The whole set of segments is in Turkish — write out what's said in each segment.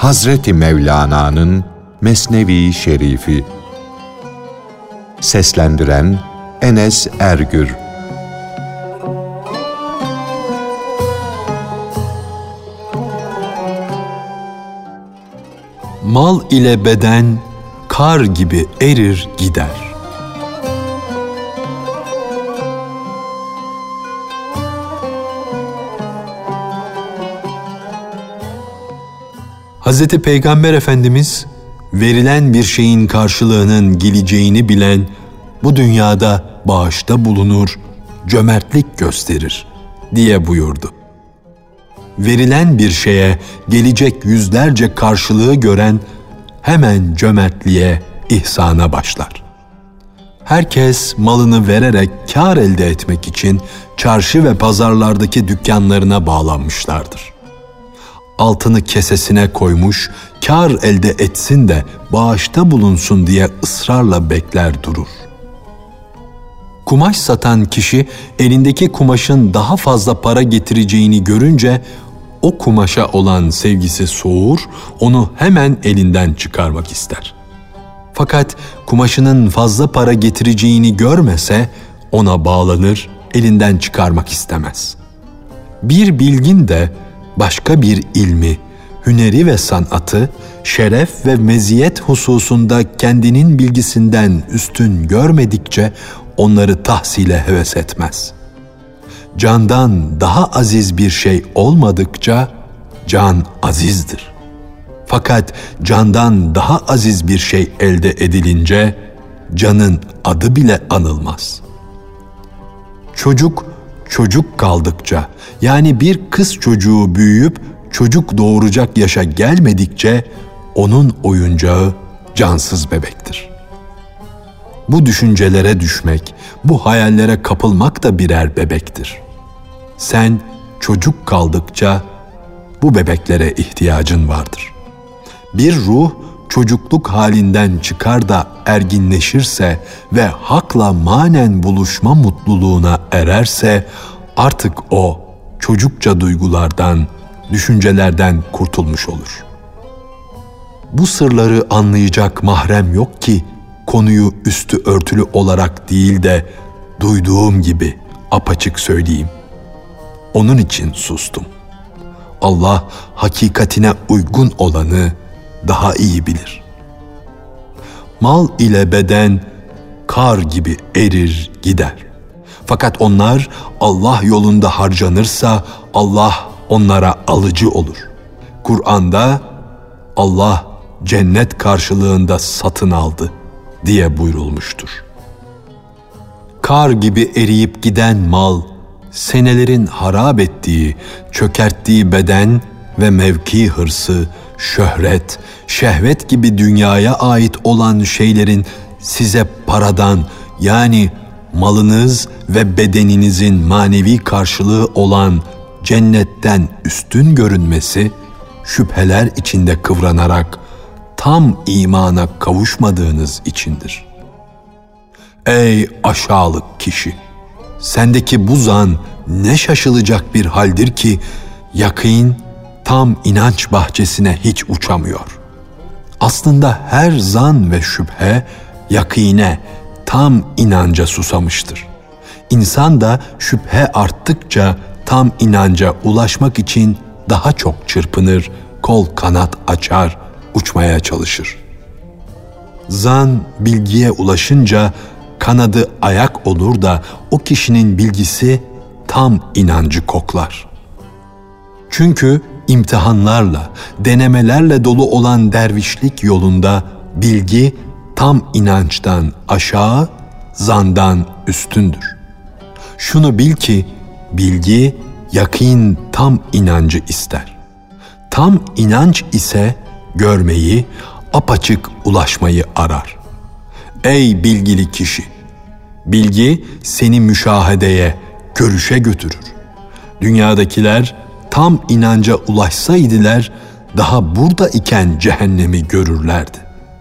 Hazreti Mevlana'nın Mesnevi Şerifi. Seslendiren Enes Ergür. Mal ile beden kar gibi erir gider. Hz. Peygamber Efendimiz, verilen bir şeyin karşılığının geleceğini bilen, bu dünyada bağışta bulunur, cömertlik gösterir diye buyurdu. Verilen bir şeye gelecek yüzlerce karşılığı gören, hemen cömertliğe, ihsana başlar. Herkes malını vererek kâr elde etmek için çarşı ve pazarlardaki dükkanlarına bağlanmışlardır. Altını kesesine koymuş, kâr elde etsin de bağışta bulunsun diye ısrarla bekler durur. Kumaş satan kişi elindeki kumaşın daha fazla para getireceğini görünce o kumaşa olan sevgisi soğur, onu hemen elinden çıkarmak ister. Fakat kumaşının fazla para getireceğini görmese ona bağlanır, elinden çıkarmak istemez. Bir bilgin de başka bir ilmi, hüneri ve sanatı, şeref ve meziyet hususunda kendinin bilgisinden üstün görmedikçe onları tahsile heves etmez. Candan daha aziz bir şey olmadıkça can azizdir. Fakat candan daha aziz bir şey elde edilince canın adı bile anılmaz. Çocuk kaldıkça, yani bir kız çocuğu büyüyüp çocuk doğuracak yaşa gelmedikçe onun oyuncağı cansız bebektir. Bu düşüncelere düşmek, bu hayallere kapılmak da birer bebektir. Sen çocuk kaldıkça bu bebeklere ihtiyacın vardır. Bir ruh çocukluk halinden çıkar da erginleşirse ve hakla manen buluşma mutluluğuna ererse artık o çocukça duygulardan, düşüncelerden kurtulmuş olur. Bu sırları anlayacak mahrem yok ki konuyu üstü örtülü olarak değil de duyduğum gibi apaçık söyleyeyim. Onun için sustum. Allah hakikatine uygun olanı daha iyi bilir. Mal ile beden kar gibi erir gider. Fakat onlar Allah yolunda harcanırsa Allah onlara alıcı olur. Kur'an'da Allah cennet karşılığında satın aldı diye buyurulmuştur. Kar gibi eriyip giden mal, senelerin harap ettiği, çökerttiği beden ve mevki hırsı, şöhret, şehvet gibi dünyaya ait olan şeylerin size paradan, yani malınız ve bedeninizin manevi karşılığı olan cennetten üstün görünmesi, şüpheler içinde kıvranarak tam imana kavuşmadığınız içindir. Ey aşağılık kişi! Sendeki bu zan ne şaşılacak bir haldir ki yakîn tam inanç bahçesine hiç uçamıyor. Aslında her zan ve şüphe yakîne, tam inanca susamıştır. İnsan da şüphe arttıkça tam inanca ulaşmak için daha çok çırpınır, kol kanat açar, uçmaya çalışır. Zan bilgiye ulaşınca kanadı ayak olur da o kişinin bilgisi tam inancı koklar. Çünkü imtihanlarla, denemelerle dolu olan dervişlik yolunda bilgi tam inançtan aşağı, zandan üstündür. Şunu bil ki bilgi yakîn tam inancı ister. Tam inanç ise görmeyi, apaçık ulaşmayı arar. Ey bilgili kişi! Bilgi seni müşahedeye, görüşe götürür. Dünyadakiler tam inanca ulaşsaydılar daha burada iken cehennemi görürlerdi.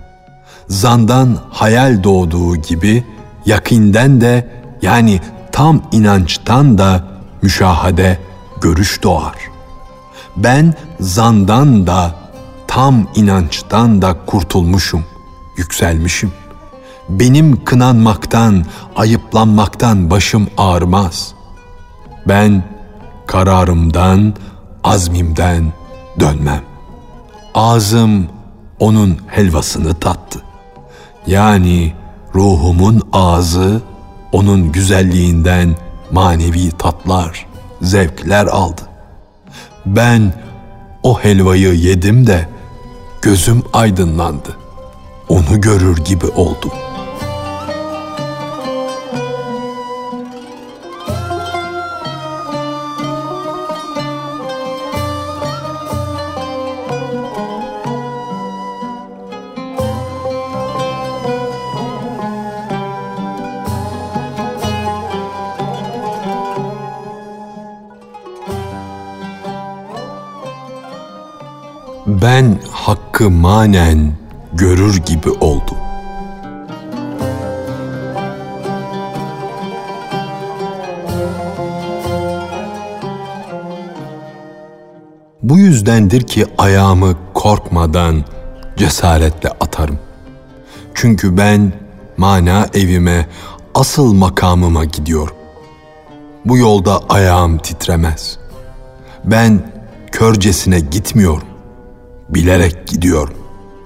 Zandan hayal doğduğu gibi yakînden de, yani tam inançtan da müşahede, görüş doğar. Ben zandan da tam inançtan da kurtulmuşum, yükselmişim. Benim kınanmaktan, ayıplanmaktan başım ağrımaz. Ben kararımdan, azmimden dönmem. Ağzım onun helvasını tattı. Yani ruhumun ağzı onun güzelliğinden manevi tatlar, zevkler aldı. Ben o helvayı yedim de gözüm aydınlandı. Onu görür gibi oldum. Ben hakkı manen görür gibi oldum. Bu yüzdendir ki ayağımı korkmadan cesaretle atarım. Çünkü ben mana evime, asıl makamıma gidiyorum. Bu yolda ayağım titremez. Ben körcesine gitmiyorum. Bilerek gidiyorum.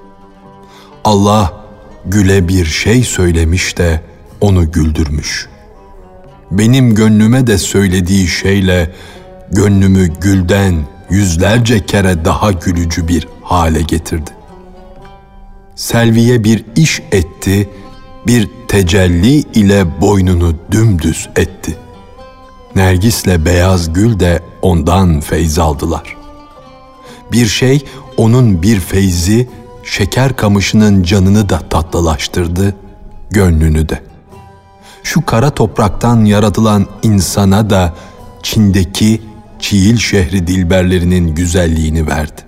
Allah güle bir şey söylemiş de onu güldürmüş. Benim gönlüme de söylediği şeyle gönlümü gülden yüzlerce kere daha gülücü bir hale getirdi. Selviye bir iş etti, bir tecelli ile boynunu dümdüz etti. Nergis'le beyaz gül de ondan feyz aldılar. Bir şey onun bir feyzi şeker kamışının canını da tatlılaştırdı, gönlünü de. Şu kara topraktan yaratılan insana da Çin'deki Çiğil şehri dilberlerinin güzelliğini verdi.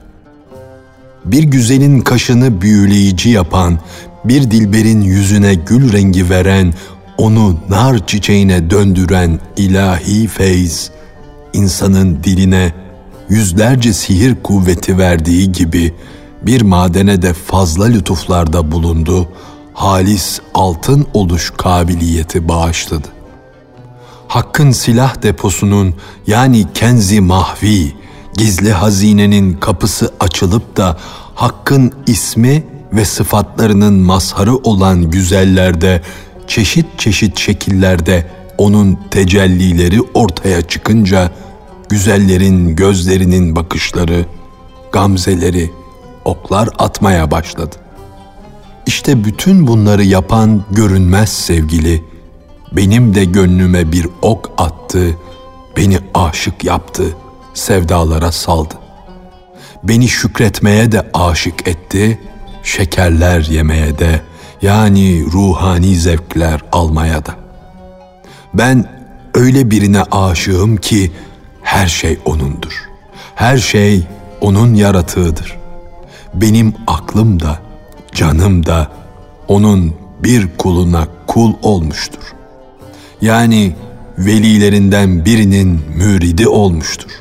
Bir güzelin kaşını büyüleyici yapan, bir dilberin yüzüne gül rengi veren, onu nar çiçeğine döndüren ilahi feyz, insanın diline yüzlerce sihir kuvveti verdiği gibi bir madene de fazla lütuflarda bulundu, halis altın oluş kabiliyeti bağışladı. Hakkın silah deposunun yani kenzi mahvi, gizli hazinenin kapısı açılıp da Hakk'ın ismi ve sıfatlarının mazharı olan güzellerde, çeşit çeşit şekillerde onun tecellileri ortaya çıkınca, güzellerin gözlerinin bakışları, gamzeleri, oklar atmaya başladı. İşte bütün bunları yapan görünmez sevgili, benim de gönlüme bir ok attı, beni aşık yaptı, sevdalara saldı. Beni şükretmeye de aşık etti, şekerler yemeye de, yani ruhani zevkler almaya da. Ben öyle birine aşığım ki her şey O'nundur. Her şey O'nun yaratığıdır. Benim aklım da, canım da O'nun bir kuluna kul olmuştur. Yani velilerinden birinin müridi olmuştur.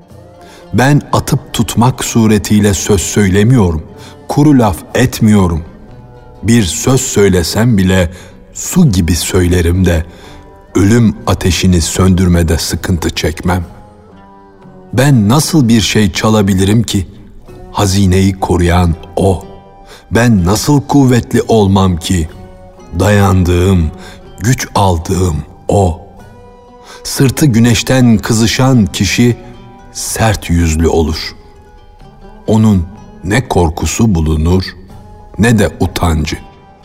Ben atıp tutmak suretiyle söz söylemiyorum, kuru laf etmiyorum. Bir söz söylesem bile su gibi söylerim de, ölüm ateşini söndürmede sıkıntı çekmem. Ben nasıl bir şey çalabilirim ki? Hazineyi koruyan O. Ben nasıl kuvvetli olmam ki? Dayandığım, güç aldığım O. Sırtı güneşten kızışan kişi sert yüzlü olur. Onun ne korkusu bulunur ne de utancı.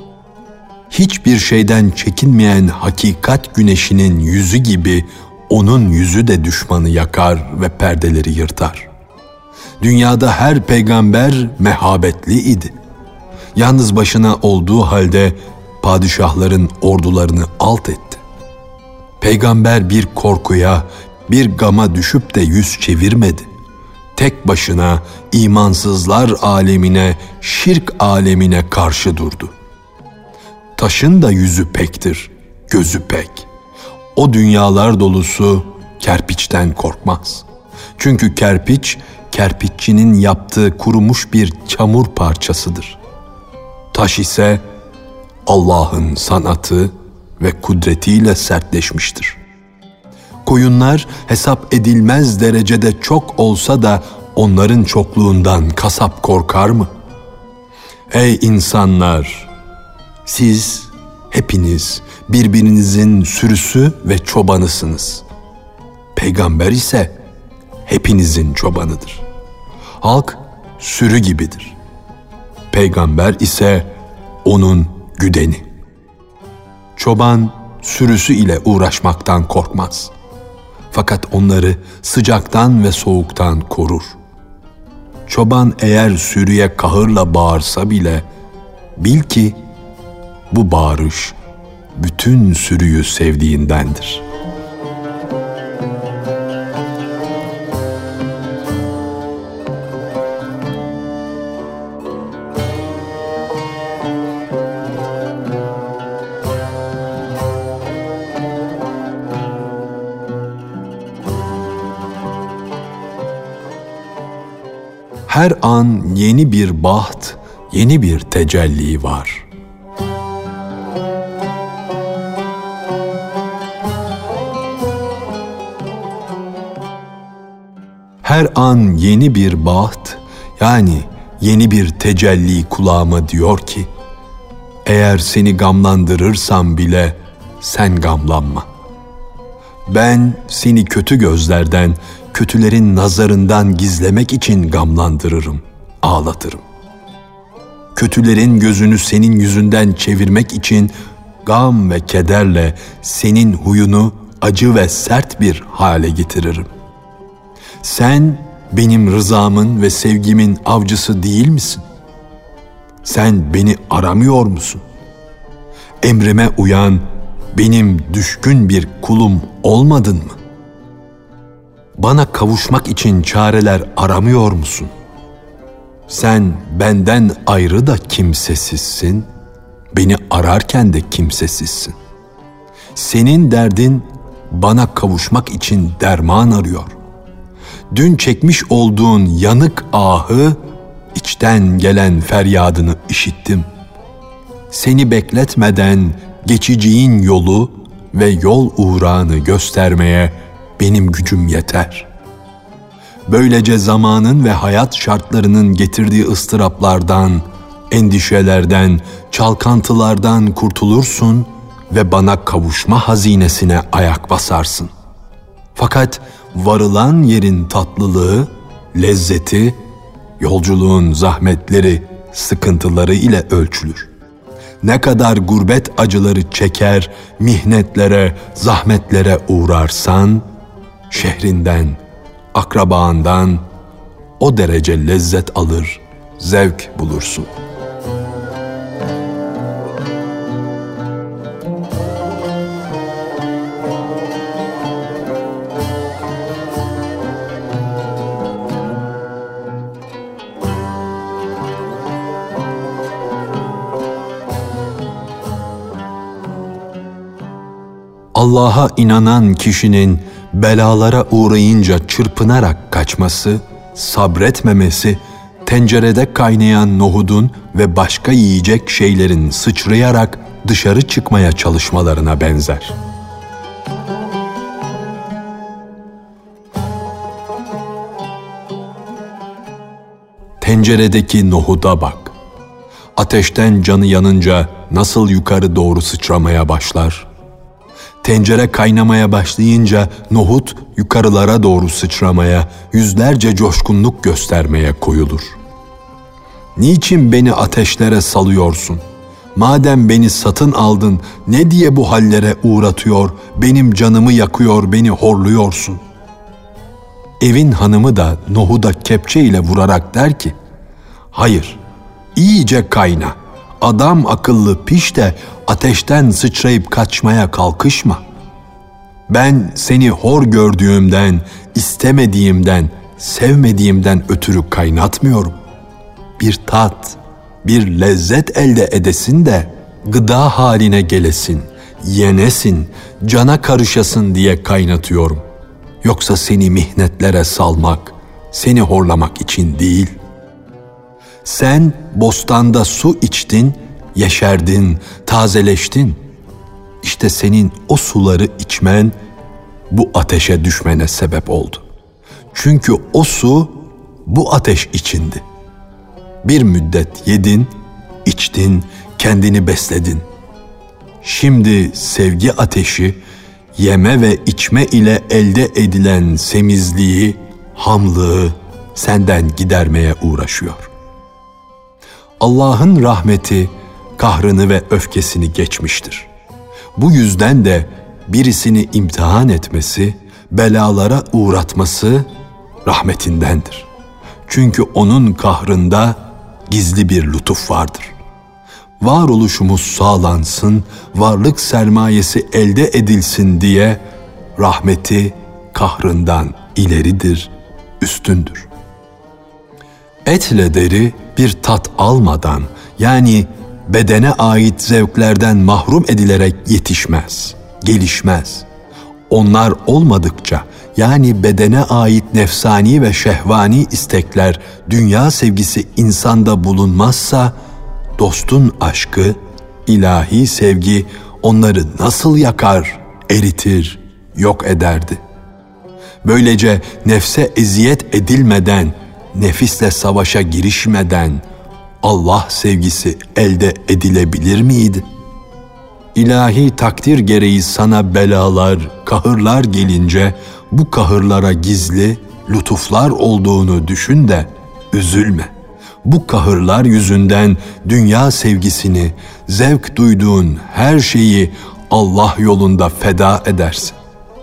Hiçbir şeyden çekinmeyen hakikat güneşinin yüzü gibi onun yüzü de düşmanı yakar ve perdeleri yırtar. Dünyada her peygamber mehabetli idi. Yalnız başına olduğu halde padişahların ordularını alt etti. Peygamber bir korkuya, bir gama düşüp de yüz çevirmedi. Tek başına imansızlar alemine, şirk alemine karşı durdu. Taşın da yüzü pektir, gözü pek. O dünyalar dolusu kerpiçten korkmaz. Çünkü kerpiç kerpiççinin yaptığı kurumuş bir çamur parçasıdır. Taş ise Allah'ın sanatı ve kudretiyle sertleşmiştir. Koyunlar hesap edilmez derecede çok olsa da onların çokluğundan kasap korkar mı? Ey insanlar! Siz hepiniz birbirinizin sürüsü ve çobanısınız. Peygamber ise hepinizin çobanıdır. Halk sürü gibidir. Peygamber ise onun güdeni. Çoban sürüsü ile uğraşmaktan korkmaz. Fakat onları sıcaktan ve soğuktan korur. Çoban eğer sürüye kahırla bağırsa bile bil ki bu bağırış bütün sürüyü sevdiğindendir. Her an yeni bir baht, yeni bir tecelli var. Her an yeni bir baht, yani yeni bir tecelli kulağıma diyor ki, eğer seni gamlandırırsam bile sen gamlanma. Ben seni kötü gözlerden, kötülerin nazarından gizlemek için gamlandırırım, ağlatırım. Kötülerin gözünü senin yüzünden çevirmek için gam ve kederle senin huyunu acı ve sert bir hale getiririm. Sen benim rızamın ve sevgimin avcısı değil misin? Sen beni aramıyor musun? Emrime uyan, benim düşkün bir kulum olmadın mı? Bana kavuşmak için çareler aramıyor musun? Sen benden ayrı da kimsesizsin, beni ararken de kimsesizsin. Senin derdin bana kavuşmak için derman arıyor. Dün çekmiş olduğun yanık ahı, içten gelen feryadını işittim. Seni bekletmeden geçeceğin yolu ve yol uğrağını göstermeye benim gücüm yeter. Böylece zamanın ve hayat şartlarının getirdiği ıstıraplardan, endişelerden, çalkantılardan kurtulursun ve bana kavuşma hazinesine ayak basarsın. Fakat varılan yerin tatlılığı, lezzeti, yolculuğun zahmetleri, sıkıntıları ile ölçülür. Ne kadar gurbet acıları çeker, mihnetlere, zahmetlere uğrarsan, şehrinden, akrabaından o derece lezzet alır, zevk bulursun. Allah'a inanan kişinin belalara uğrayınca çırpınarak kaçması, sabretmemesi, tencerede kaynayan nohudun ve başka yiyecek şeylerin sıçrayarak dışarı çıkmaya çalışmalarına benzer. Tenceredeki nohuda bak. Ateşten canı yanınca nasıl yukarı doğru sıçramaya başlar? Tencere kaynamaya başlayınca nohut yukarılara doğru sıçramaya, yüzlerce coşkunluk göstermeye koyulur. Niçin beni ateşlere salıyorsun? Madem beni satın aldın, ne diye bu hallere uğratıyor, benim canımı yakıyor, beni horluyorsun? Evin hanımı da nohuda kepçe ile vurarak der ki, hayır, iyice kayna, adam akıllı piş de ateşten sıçrayıp kaçmaya kalkışma. Ben seni hor gördüğümden, istemediğimden, sevmediğimden ötürü kaynatmıyorum. Bir tat, bir lezzet elde edesin de gıda haline gelesin, yenesin, cana karışasın diye kaynatıyorum. Yoksa seni mihnetlere salmak, seni horlamak için değil. Sen bostanda su içtin, yeşerdin, tazeleştin. İşte senin o suları içmen bu ateşe düşmene sebep oldu. Çünkü o su bu ateş içindi. Bir müddet yedin, içtin, kendini besledin. Şimdi sevgi ateşi, yeme ve içme ile elde edilen semizliği, hamlığı senden gidermeye uğraşıyor. Allah'ın rahmeti, kahrını ve öfkesini geçmiştir. Bu yüzden de birisini imtihan etmesi, belalara uğratması rahmetindendir. Çünkü onun kahrında gizli bir lütuf vardır. Varoluşumuz sağlansın, varlık sermayesi elde edilsin diye rahmeti kahrından ileridir, üstündür. Etle deri bir tat almadan, yani bedene ait zevklerden mahrum edilerek yetişmez, gelişmez. Onlar olmadıkça, yani bedene ait nefsani ve şehvani istekler, dünya sevgisi insanda bulunmazsa, dostun aşkı, ilahi sevgi onları nasıl yakar, eritir, yok ederdi? Böylece nefse eziyet edilmeden, nefisle savaşa girişmeden Allah sevgisi elde edilebilir miydi? İlahi takdir gereği sana belalar, kahırlar gelince bu kahırlara gizli lütuflar olduğunu düşün de üzülme. Bu kahırlar yüzünden dünya sevgisini, zevk duyduğun her şeyi Allah yolunda feda edersin.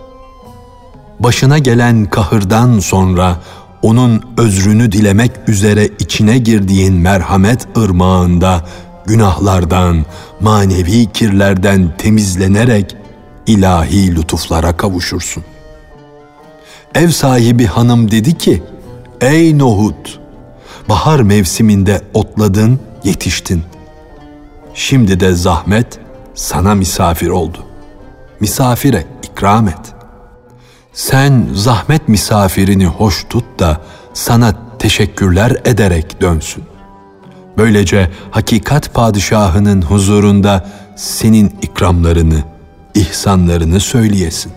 Başına gelen kahırdan sonra onun özrünü dilemek üzere içine girdiğin merhamet ırmağında günahlardan, manevi kirlerden temizlenerek ilahi lütuflara kavuşursun. Ev sahibi hanım dedi ki, ey nohut, bahar mevsiminde otladın, yetiştin. Şimdi de zahmet sana misafir oldu. Misafire ikram et. Sen zahmet misafirini hoş tut da sana teşekkürler ederek dönsün. Böylece hakikat padişahının huzurunda senin ikramlarını, ihsanlarını söyleyesin.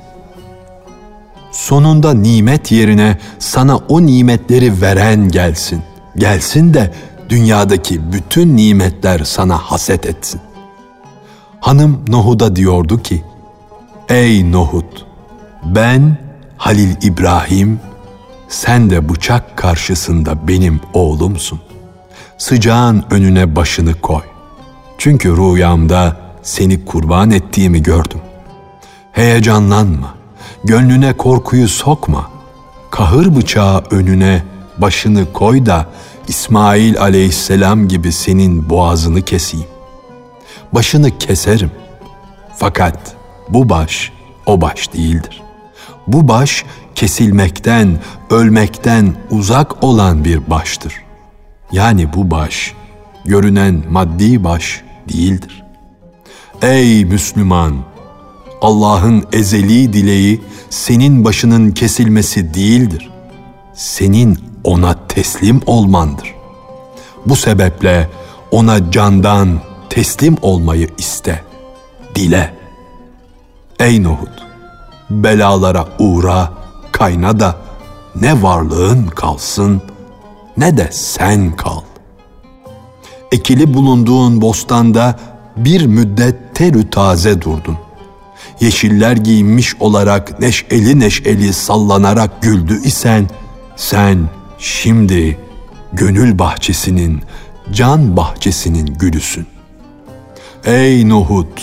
Sonunda nimet yerine sana o nimetleri veren gelsin. Gelsin de dünyadaki bütün nimetler sana haset etsin. Hanım Nohud'a diyordu ki, ey Nohud, ben Halil İbrahim, sen de bıçak karşısında benim oğlumsun. Sıcağın önüne başını koy. Çünkü rüyamda seni kurban ettiğimi gördüm. Heyecanlanma, gönlüne korkuyu sokma. Kahır bıçağı önüne başını koy da İsmail aleyhisselam gibi senin boğazını keseyim. Başını keserim. Fakat bu baş o baş değildir. Bu baş kesilmekten, ölmekten uzak olan bir baştır. Yani bu baş, görünen maddi baş değildir. Ey Müslüman! Allah'ın ezeli dileği senin başının kesilmesi değildir. Senin ona teslim olmandır. Bu sebeple ona candan teslim olmayı iste, dile. Ey Nohud! Belalara uğra, kayna da ne varlığın kalsın ne de sen kal. Ekili bulunduğun bostanda bir müddet terü taze durdun. Yeşiller giyinmiş olarak neşeli neşeli sallanarak güldü isen, sen şimdi gönül bahçesinin, can bahçesinin gülüsün. Ey Nohud!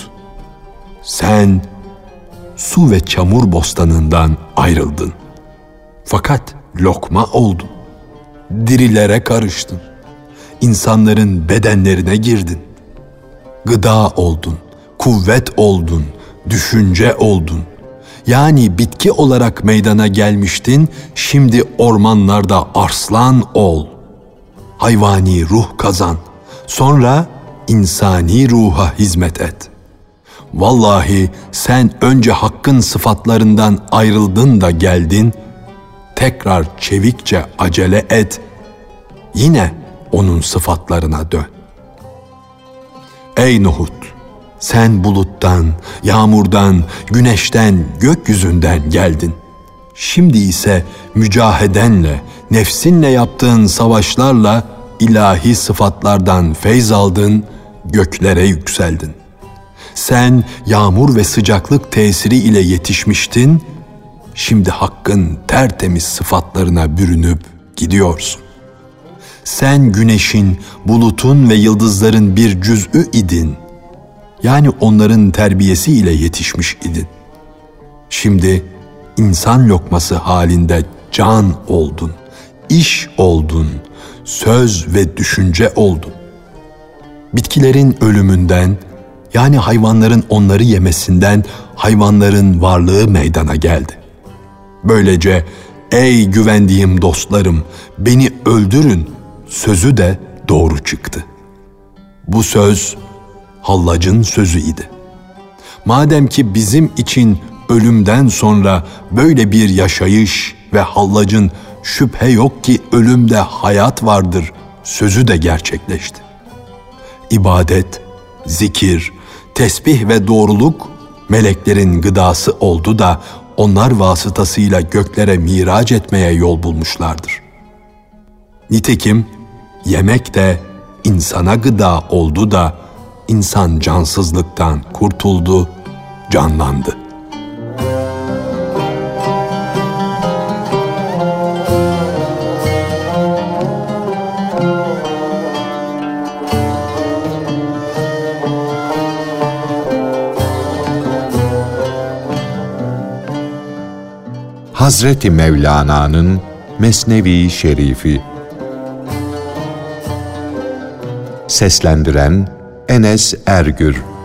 Sen su ve çamur bostanından ayrıldın. Fakat lokma oldun. Dirilere karıştın. İnsanların bedenlerine girdin. Gıda oldun, kuvvet oldun, düşünce oldun. Yani bitki olarak meydana gelmiştin, şimdi ormanlarda arslan ol. Hayvani ruh kazan, sonra insani ruha hizmet et. Vallahi sen önce hakkın sıfatlarından ayrıldın da geldin, tekrar çevikçe acele et, yine onun sıfatlarına dön. Ey Nuhud! Sen buluttan, yağmurdan, güneşten, gökyüzünden geldin. Şimdi ise mücahedenle, nefsinle yaptığın savaşlarla ilahi sıfatlardan feyz aldın, göklere yükseldin. Sen yağmur ve sıcaklık tesiri ile yetişmiştin, şimdi Hakk'ın tertemiz sıfatlarına bürünüp gidiyorsun. Sen güneşin, bulutun ve yıldızların bir cüz'ü idin. Yani onların terbiyesi ile yetişmiş idin. Şimdi insan lokması halinde can oldun, iş oldun, söz ve düşünce oldun. Bitkilerin ölümünden, yani hayvanların onları yemesinden hayvanların varlığı meydana geldi. Böylece ey güvendiğim dostlarım, beni öldürün sözü de doğru çıktı. Bu söz Hallac'ın sözü idi. Madem ki bizim için ölümden sonra böyle bir yaşayış ve Hallac'ın şüphe yok ki ölümde hayat vardır sözü de gerçekleşti. İbadet, zikir, tesbih ve doğruluk meleklerin gıdası oldu da onlar vasıtasıyla göklere miraç etmeye yol bulmuşlardır. Nitekim yemek de insana gıda oldu da insan cansızlıktan kurtuldu, canlandı. Hazreti Mevlana'nın Mesnevi Şerifi. Seslendiren Enes Ergür.